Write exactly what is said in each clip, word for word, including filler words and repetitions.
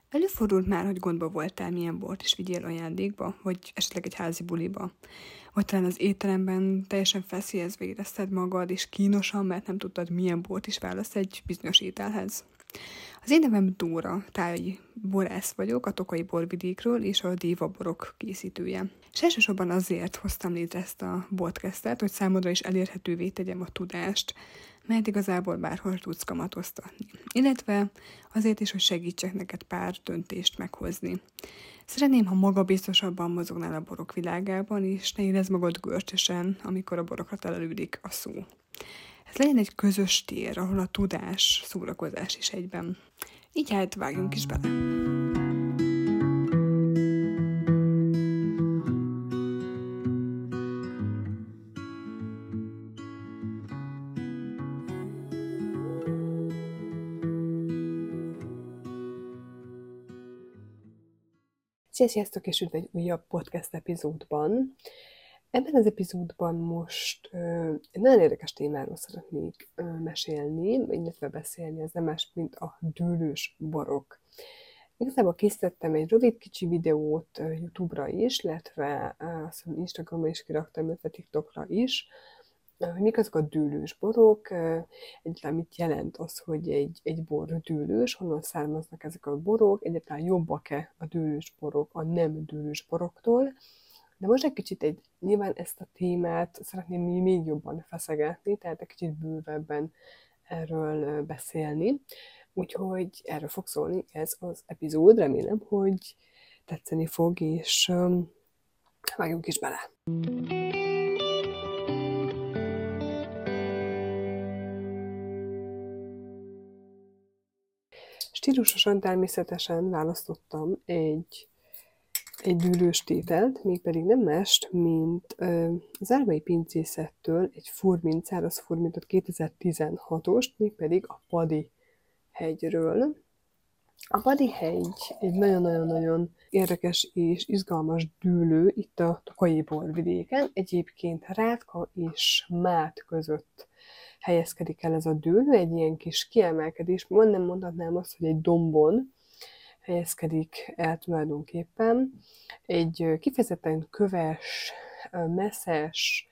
Előfordult már, hogy gondba voltál, milyen bort is vigyél ajándékba, vagy esetleg egy házi buliba? Vagy talán az étteremben teljesen feszélyezve érezted magad, és kínosan, mert nem tudtad, milyen bort is választ egy bizonyos ételhez? Az én nevem Dóra, tájai borász vagyok, a Tokai borvidékről, és a Déva borok készítője. És elsősorban azért hoztam létre ezt a podcastet, hogy számodra is elérhetővé tegyem a tudást, mert igazából bárhol tudsz kamatoztatni. Illetve azért is, hogy segítsek neked pár döntést meghozni. Szeretném, ha magabiztosabban mozognál a borok világában, és ne érezd magad görcsösen, amikor a borokra telelődik a szó. Ez legyen egy közös tér, ahol a tudás, szórakozás is egyben. Így hát vágjunk is bele. Sziasztok, és üdv egy újabb podcast epizódban. Ebben az epizódban most ö, egy nagyon érdekes témáról szeretnék ö, mesélni, illetve beszélni, ez nem más, mint a dűlős borok. Igazából készítettem egy rövid kicsi videót ö, YouTube-ra is, illetve ö, Instagramra is kiraktam, illetve TikTokra is, hogy mik azok a dűlős borok, egyáltalán mit jelent az, hogy egy, egy bor dűlős, honnan származnak ezek a borok, egyáltalán jobbak-e a dűlős borok a nem dűlős boroktól. De most egy kicsit egy, nyilván ezt a témát szeretném még jobban feszegetni, tehát egy kicsit bővebben erről beszélni. Úgyhogy erről fog szólni ez az epizód, remélem, hogy tetszeni fog, és um, vágjunk is bele. Stílusosan természetesen választottam egy, egy dűlős tételt, mégpedig nem mást, mint az Árvai Pincészettől egy furmint, száraz furmintot kétezer-tizenhatost, mégpedig a Padi hegyről. A Padi hegy egy nagyon-nagyon-nagyon érdekes és izgalmas dűlő itt a Tokaji borvidéken, egyébként Rátka és Mát között helyezkedik el ez a dűlő, egy ilyen kis kiemelkedés, nem mondhatnám azt, hogy egy dombon helyezkedik el tulajdonképpen. Egy kifejezetten köves, messzes,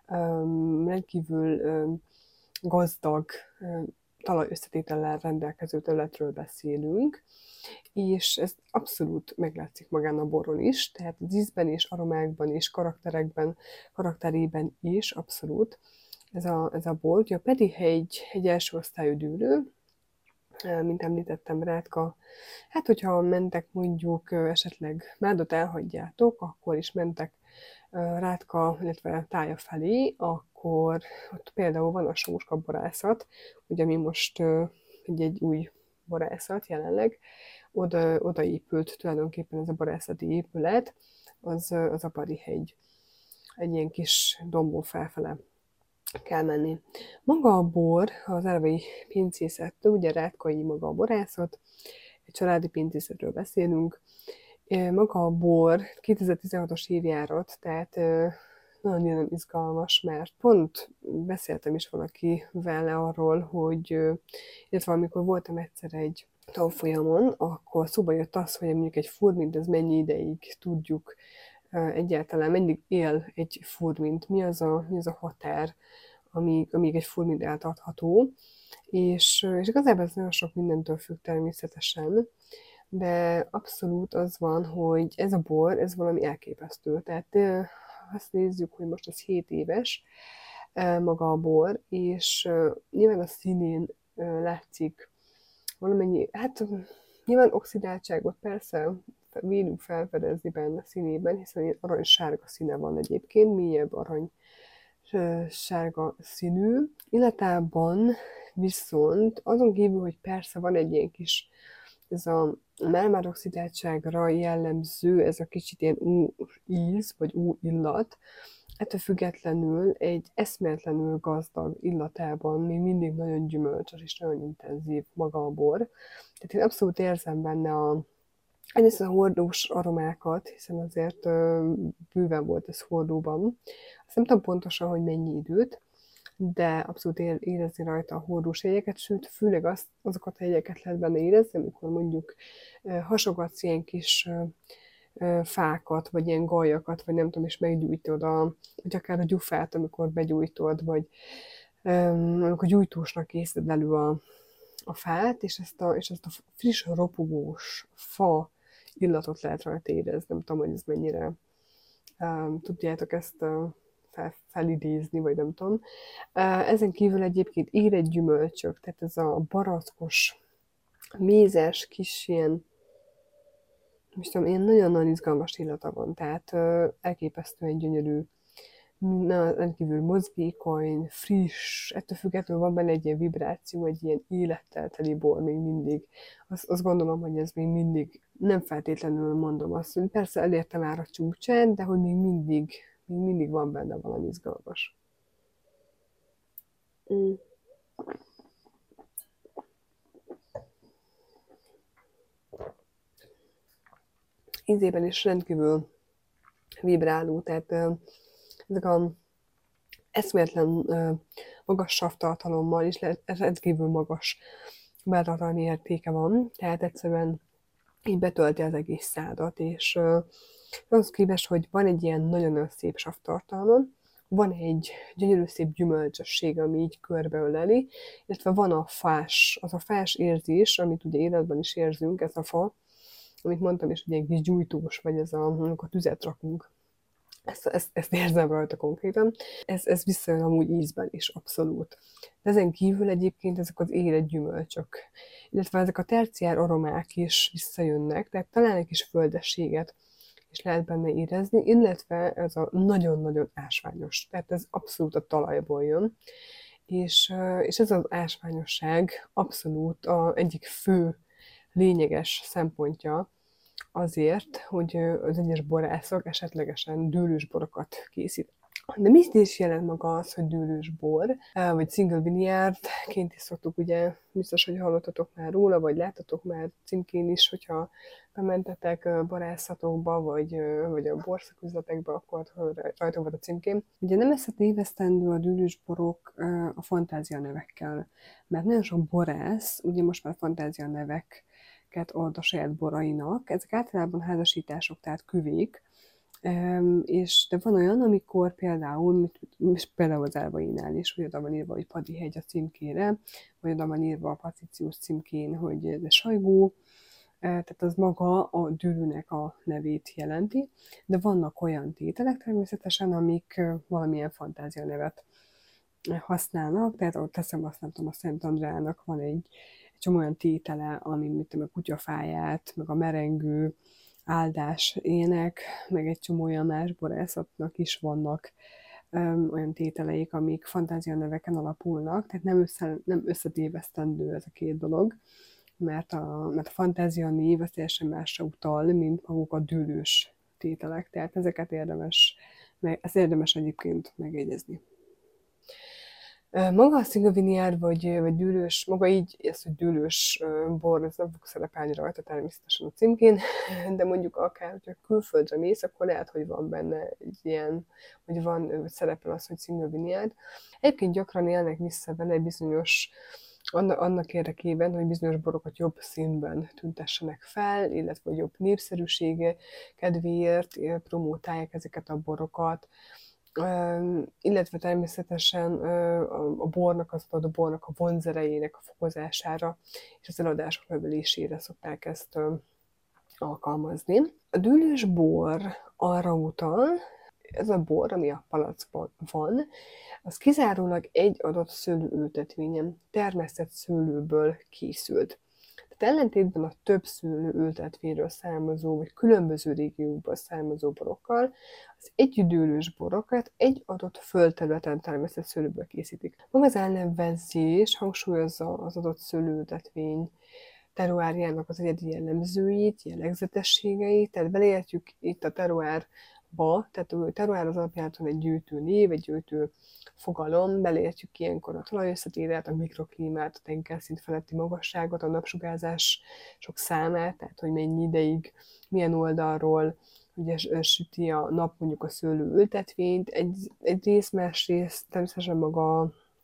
rendkívül gazdag talajösszetétellel rendelkező területről beszélünk, és ez abszolút meglátszik magán a boron is, tehát az ízben és aromákban és karakterekben, karakterében is abszolút ez a, ez a bor. A Padi hegy egy első osztályú dűlő, mint említettem, Rátka. Hát, hogyha mentek mondjuk esetleg Mádot elhagyjátok, akkor is mentek Rátka, illetve Tája felé, akkor ott például van a Sóska borászat, ugye mi most egy, egy új borászat jelenleg, oda, oda épült tulajdonképpen ez a borászati épület, az, az a Padi hegy. Egy ilyen kis dombon felfele kell menni. Maga a bor az Árvai Pincészettől, ugye Rátkai maga a borászat, egy családi pincészetről beszélünk. Maga a bor kétezer-tizenhatos évjárat, tehát nagyon-nagyon izgalmas, mert pont beszéltem is valakivel arról, hogy illetve amikor voltam egyszer egy tanfolyamon, akkor szóba jött az, hogy mondjuk egy furmint, ez mennyi ideig tudjuk egyáltalán, mennyit él egy furmint, mi az a, mi az a határ, amíg, amíg egy furmint eltartható, és, és igazából ez nagyon sok mindentől függ természetesen, de abszolút az van, hogy ez a bor, ez valami elképesztő. Tehát azt nézzük, hogy most ez hét éves maga a bor, és nyilván a színén látszik valamennyi, hát nyilván oxidáltságot persze vélünk felfedezni benne a színében, hiszen arany-sárga színe van egyébként, mélyebb arany sárga színű. Illetában viszont azon kívül, hogy persze van egy ilyen kis, ez a mármároxidáltságra jellemző, ez a kicsit ilyen ú íz, vagy ú illat, ettől függetlenül egy eszméletlenül gazdag illatában még mindig nagyon gyümölcsös és nagyon intenzív maga a bor. Tehát én abszolút érzem benne a egyrészt a hordós aromákat, hiszen azért bőven volt ez hordóban. Azt nem tudom pontosan, hogy mennyi időt, de abszolút érezni rajta a hordós jegyeket, sőt, főleg azt, azokat a jegyeket lehet benne érezni, amikor mondjuk hasogatsz ilyen kis fákat, vagy ilyen gajakat, vagy nem tudom, és meggyújtod, a, vagy akár a gyufát, amikor begyújtod, vagy um, amikor gyújtósnak készíted elő a, a fát, és ezt a, és ezt a friss, ropogós fa illatot lehet rajta érezni. Nem tudom, hogy ez mennyire um, tudjátok ezt uh, fel, felidézni, vagy nem tudom. Uh, ezen kívül egyébként érett gyümölcsök, tehát ez a barackos, mézes, kis ilyen, most tudom, ilyen nagyon-nagyon izgalmas illata van, tehát uh, elképesztően gyönyörű, na, rendkívül mozgékony, friss, ettől függetlenül van benne egy ilyen vibráció, egy ilyen élettel teli bor még mindig. Azt, azt gondolom, hogy ez még mindig, nem feltétlenül mondom azt, hogy persze elérte már a csúcsát, de hogy még mindig, még mindig van benne valami izgalmas. Mm. Ízében is rendkívül vibráló, tehát ezek a eszméletlen magas savtartalommal is rendkívül magas beltartalmi értéke van, tehát egyszerűen így betölti az egész szádat, és az képest, hogy van egy ilyen nagyon szép savtartalma, van egy gyönyörű szép gyümölcsösség, ami így körbeöleli, illetve van a fás, az a fás érzés, amit ugye életben is érzünk, ez a fa, amit mondtam is, hogy egy kis gyújtós, vagy ez a, amikor tüzet rakunk. Ezt, ezt, ezt érzem rajta konkrétan. Ez, ez visszajön amúgy ízben is, abszolút. De ezen kívül egyébként ezek az érett gyümölcsök, illetve ezek a terciár aromák is visszajönnek, tehát talán egy kis földességet is lehet benne érezni, illetve ez a nagyon-nagyon ásványos, tehát ez abszolút a talajból jön, és, és ez az ásványosság abszolút a egyik fő lényeges szempontja azért, hogy az egyes borászok esetlegesen dűlős borokat készít. De mit is jelent maga az, hogy dűlős bor, vagy single vineyardként is szoktuk, ugye biztos, hogy hallottatok már róla, vagy láttatok már címkén is, hogyha bementetek borászatokba, vagy, vagy a borszaküzletekbe, akkor rajta volt a címkén. Ugye nem összetévesztendő a dűlős borok a fantázia nevekkel, mert nagyon sok borász, ugye most már fantázia nevek ad a saját borainak. Ezek általában házasítások, tehát küvék, és de van olyan, amikor például, például az Elvainál is, hogy oda van írva, hogy Padihegy a címkére, vagy oda van írva a Patricius címkén, hogy ez sajgó, tehát az maga a dűlőnek a nevét jelenti, de vannak olyan tételek természetesen, amik valamilyen fantázia nevet használnak, tehát ott teszem azt, nem tudom, a Szent Andrának van egy egy csomó olyan tétele, ami mint a kutyafáját, meg a merengő, áldás ének, meg egy csomó olyan más borászatnak is vannak öm, olyan tételeik, amik fantázia neveken alapulnak, tehát nem, össze, nem összetévesztendő ez a két dolog, mert a, mert a fantázia név az teljesen másra utal, mint maguk a dűlős tételek, tehát ezeket érdemes, ezt érdemes egyébként megjegyezni. Maga a single vineyard, vagy, vagy dűlős, maga így, ez, hogy dűlős bor, ez nem fog szerepelni rajta természetesen a címkén, de mondjuk akár, hogyha külföldre mész, akkor lehet, hogy van benne egy ilyen, hogy van, szerepel az, hogy single vineyard. Egyébként gyakran élnek vissza vele egy bizonyos, annak érdekében, hogy bizonyos borokat jobb színben tüntessenek fel, illetve jobb népszerűsége kedvéért promótálják ezeket a borokat, Uh, illetve természetesen uh, a bornak, az a bornak a vonzerejének a fokozására és az eladások növelésére szokták ezt uh, alkalmazni. A dűlős bor arra utal, ez a bor, ami a palackban van, az kizárólag egy adott szőlőültetvényen termesztett szőlőből készült. Tehát ellentétben a több szőlőültetvényről származó, vagy különböző régiókból származó borokkal, az együttdőlős borokat egy adott földterületen termesztett szőlőből készítik. Maga az elnevezés hangsúlyozza az adott szőlőültetvény terroárjának az egyedi jellemzőit, jellegzetességeit, tehát beleértjük itt a terroárba, tehát a terroár az alapjáraton egy gyűjtő név, egy gyűjtő fogalom, beleértjük ilyenkor a talajösszetételt, a mikroklímát, a tengerszint feletti magasságot, a napsugárzás sok számát, tehát hogy mennyi ideig, milyen oldalról ugye süti a nap mondjuk a szőlőültetvényt, egy, egy rész, másrészt természetesen maga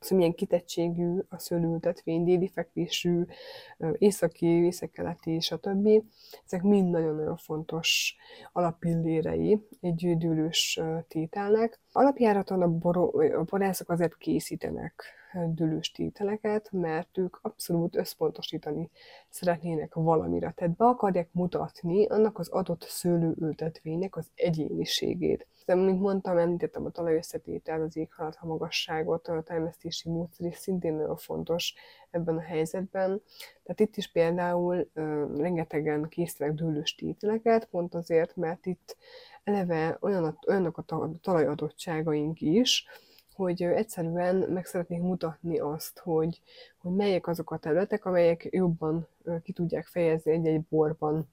az, hogy milyen kitettségű a szőlőültetvény, déli fekvésű, északi, északkeleti, stb. Ezek mind nagyon-nagyon fontos alappillérei egy dűlős tételnek. Alapjáraton a, boro, a borászok azért készítenek dűlős tételeket, mert ők abszolút összpontosítani szeretnének valamire. Tehát be akarják mutatni annak az adott szőlőültetvénynek az egyéniségét. De, mint mondtam, említettem a talajösszetétel, az éghajlat, a magasságot, a termesztési módszer is szintén nagyon fontos ebben a helyzetben. Tehát itt is például uh, rengetegen készítenek dűlős tételeket, pont azért, mert itt eleve olyan, olyanok a talajadottságaink is, hogy egyszerűen meg szeretnék mutatni azt, hogy, hogy melyek azok a területek, amelyek jobban ki tudják fejezni egy-egy borban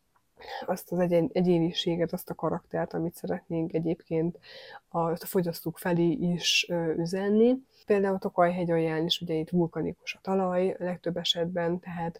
azt az egyén, egyéniséget, azt a karaktert, amit szeretnénk egyébként a fogyasztók felé is üzenni. Például a Tokaj-hegy alján is ugye itt vulkanikus a talaj a legtöbb esetben, tehát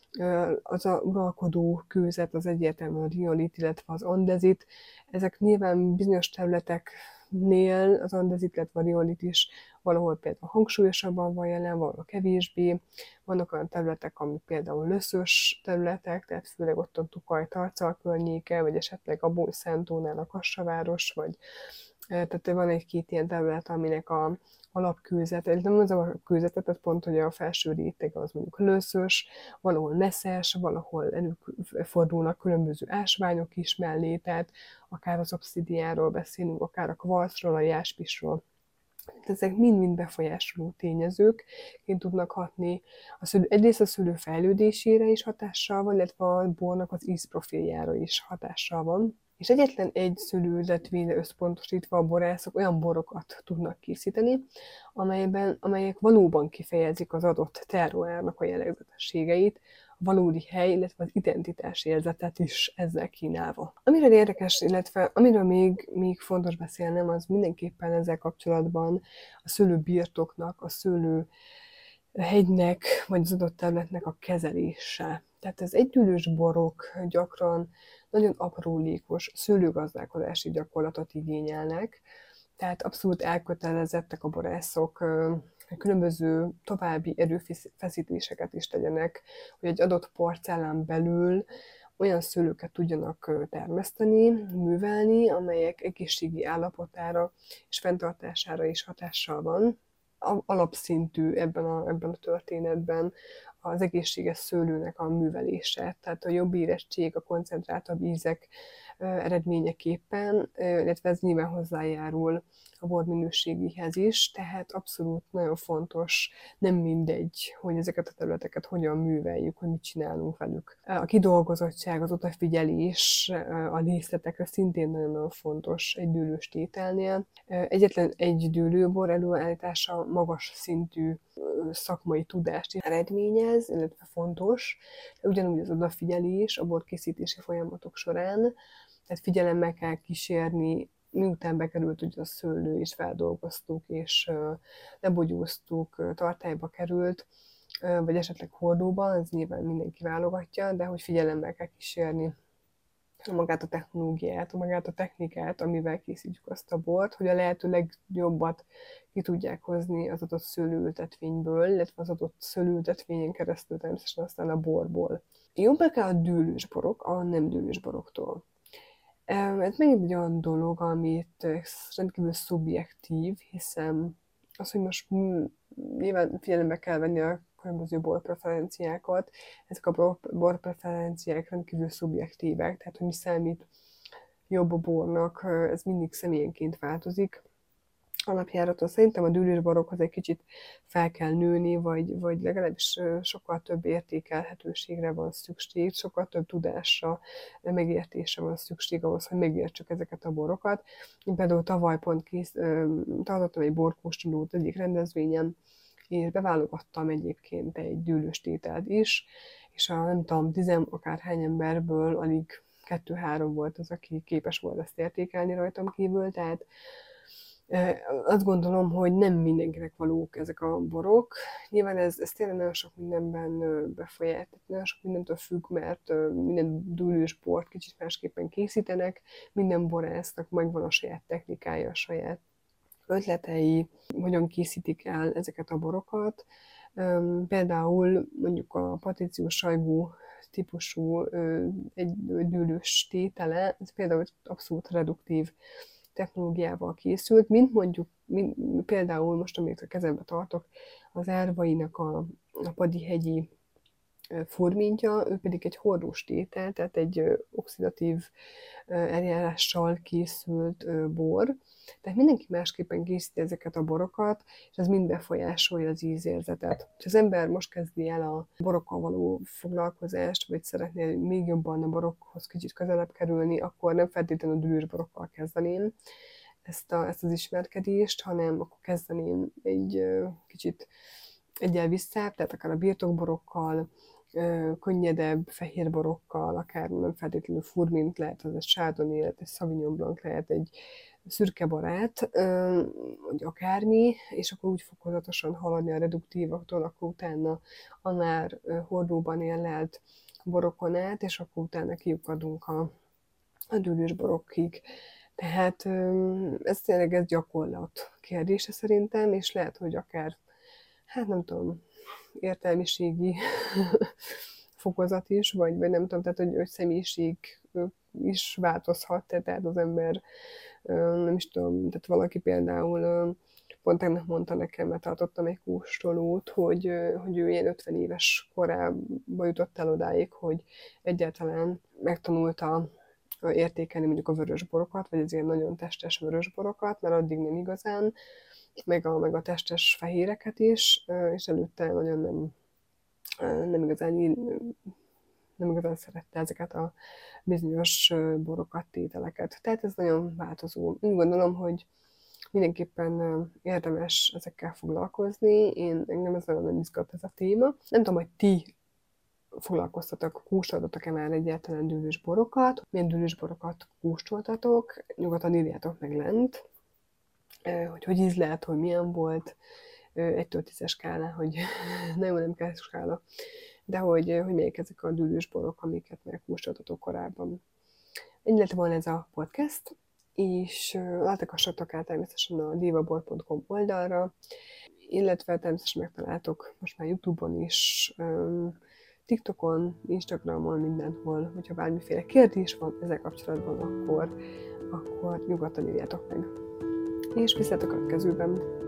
az a uralkodó kőzet az egyértelműen a riolit, illetve az andezit. Ezek nyilván bizonyos területeknél az andezit, illetve a riolit is valahol például hangsúlyosabban van jelen, valahol kevésbé. Vannak olyan területek, amik például löszös területek, tehát főleg ott a Tokaj Tarcal környéke, vagy esetleg a Bony-Szentónál a Kassaváros, vagy tehát van egy-két ilyen terület, aminek a alapkőzet, nem az a kőzetet, tehát pont, hogy a felső réteg az mondjuk löszös, valahol meszes, valahol előfordulnak különböző ásványok is mellé, tehát akár az obszidiáról beszélünk, akár a kvarcról, a jáspisról. Ezek mind-mind befolyásoló tényezőként tudnak hatni. A szülő, egyrészt a szülő fejlődésére is hatással van, illetve a bornak az ízprofiljára is hatással van. És egyetlen egy szőlőültetvényre összpontosítva a borászok olyan borokat tudnak készíteni, amelyben, amelyek valóban kifejezik az adott terroárnak a jellegzetességeit, a valódi hely, illetve az identitás érzetet is ezzel kínálva. Amiről érdekes, illetve amiről még, még fontos beszélnem, az mindenképpen ezzel kapcsolatban a szőlőbirtoknak, a szőlőhegynek, vagy az adott területnek a kezelése. Tehát az egydűlős borok gyakran nagyon aprólékos szőlőgazdálkodási gyakorlatot igényelnek, tehát abszolút elkötelezettek a borászok, különböző további erőfeszítéseket is tegyenek, hogy egy adott parcellán belül olyan szőlőket tudjanak termeszteni, művelni, amelyek egészségi állapotára és fenntartására is hatással van. Alapszintű ebben a, ebben a történetben az egészséges szőlőnek a művelése, tehát a jobb érettség, a koncentráltabb ízek eredményeképpen, illetve ez nyilván hozzájárul a bor minőségéhez is, tehát abszolút nagyon fontos, nem mindegy, hogy ezeket a területeket hogyan műveljük, hogy mit csinálunk velük. A kidolgozottság, az odafigyelés a díszletekre szintén nagyon fontos egy dűlős tételnél. Egyetlen egy dűlőbor előállítása magas szintű szakmai tudást eredményez, illetve fontos, ugyanúgy az odafigyelés a borkészítési folyamatok során, tehát figyelemmel kell kísérni, miután bekerült ugye a szőlő, és feldolgoztuk, és lebogyóztuk, tartályba került, vagy esetleg hordóban, ez nyilván mindenki válogatja, de hogy figyelemmel kell kísérni magát a technológiát, magát a technikát, amivel készítjük azt a bort, hogy a lehető legjobbat ki tudják hozni az adott szőlőültetvényből, illetve az adott szőlőültetvényen keresztül természetesen aztán a borból. Jobbak a dűlős borok a nem dűlős boroktól. Ez megint egy olyan dolog, amit rendkívül szubjektív, hiszen az, hogy most nyilván figyelembe kell venni a különböző borpreferenciákat, ezek a borpreferenciák rendkívül szubjektívek, tehát hogy mi számít jobb a bornak, ez mindig személyenként változik. Alapjáraton szerintem a dűlős borokhoz egy kicsit fel kell nőni, vagy, vagy legalábbis sokkal több értékelhetőségre van szükség, sokkal több tudásra, megértésre van szükség ahhoz, hogy megértsük ezeket a borokat. Én például tavaly pont kész, tartottam egy borkóstolót egyik rendezvényen, és beválogattam egyébként egy dűlős tételt is, és a nem tudom, tizen akárhány emberből alig kettő-három volt az, aki képes volt ezt értékelni rajtam kívül, tehát azt gondolom, hogy nem mindenkinek valók ezek a borok. Nyilván ez, ez tényleg nagyon sok mindenben befolyál, nagyon sok mindentől függ, mert minden dűlős bort kicsit másképpen készítenek, minden borásznak megvan a saját technikája, a saját ötletei, hogyan készítik el ezeket a borokat. Például mondjuk a patíciós sajgó típusú egy dűlős tétele, ez például abszolút reduktív technológiával készült, mint mondjuk, mint, például most, amit a kezembe tartok, az Árvainak a, a Padihegyi furmintja, ő pedig egy hordós tétel, tehát egy oxidatív eljárással készült bor. Tehát mindenki másképpen készíti ezeket a borokat, és ez mind befolyásolja az ízérzetet. Ha az ember most kezdi el a borokkal való foglalkozást, vagy szeretné még jobban a borokhoz kicsit közelebb kerülni, akkor nem feltétlenül a dűlős borokkal kezdeném ezt, a, ezt az ismerkedést, hanem akkor kezdeném egy kicsit egyel visszább, tehát akár a birtokborokkal, könnyedebb fehér borokkal, akár nem feltétlenül furmint, lehet az egy chardonnay, lehet egy sauvignon blanc, lehet egy szürke barát, vagy akármi, és akkor úgy fokozatosan haladni a reduktívaktól, akkor utána a már hordóban érlelt borokon át, és akkor utána kiukadunk a, a dűlős borokig. Tehát ez tényleg ez gyakorlat kérdése szerintem, és lehet, hogy akár, hát nem tudom, értelmiségi fokozat is, vagy, vagy nem tudom, tehát hogy, hogy személyiség is változhat, tehát az ember, nem is tudom, tehát valaki például pont tegnap mondta nekem, mert tartottam egy kóstolót, hogy, hogy ő ilyen ötven éves korában jutott el odáig, hogy egyáltalán megtanulta értékelni mondjuk a vörösborokat, vagy az ilyen nagyon testes vörösborokat, mert addig nem igazán, meg a, meg a testes fehéreket is, és előtte nagyon nem, nem igazán nem igazán szerette ezeket a bizonyos borokat, tételeket. Tehát ez nagyon változó. Úgy gondolom, hogy mindenképpen érdemes ezekkel foglalkozni. Én engem ez nagyon izgat ez a téma. Nem tudom, hogy ti foglalkoztatok, kóstoltatok-e már egyáltalán dűlős borokat, milyen dűlős borokat kóstoltatok, nyugodtan írjátok meg lent, hogy hogy ízlelt, hogy milyen volt, egytől tízes skálán, hogy nagyon nem kell skála, de hogy, hogy melyik ezek a dűlős borok, amiket megkóstoltatok korábban. Ennyi lett volna ez a podcast, és látogassatok el természetesen a divabor pont com oldalra, illetve természetesen megtaláltok most már YouTube-on is, TikTokon, Instagramon, mindenhol, hogyha bármiféle kérdés van ezzel kapcsolatban, akkor, akkor nyugodtan írjátok meg. És viszont a következőben.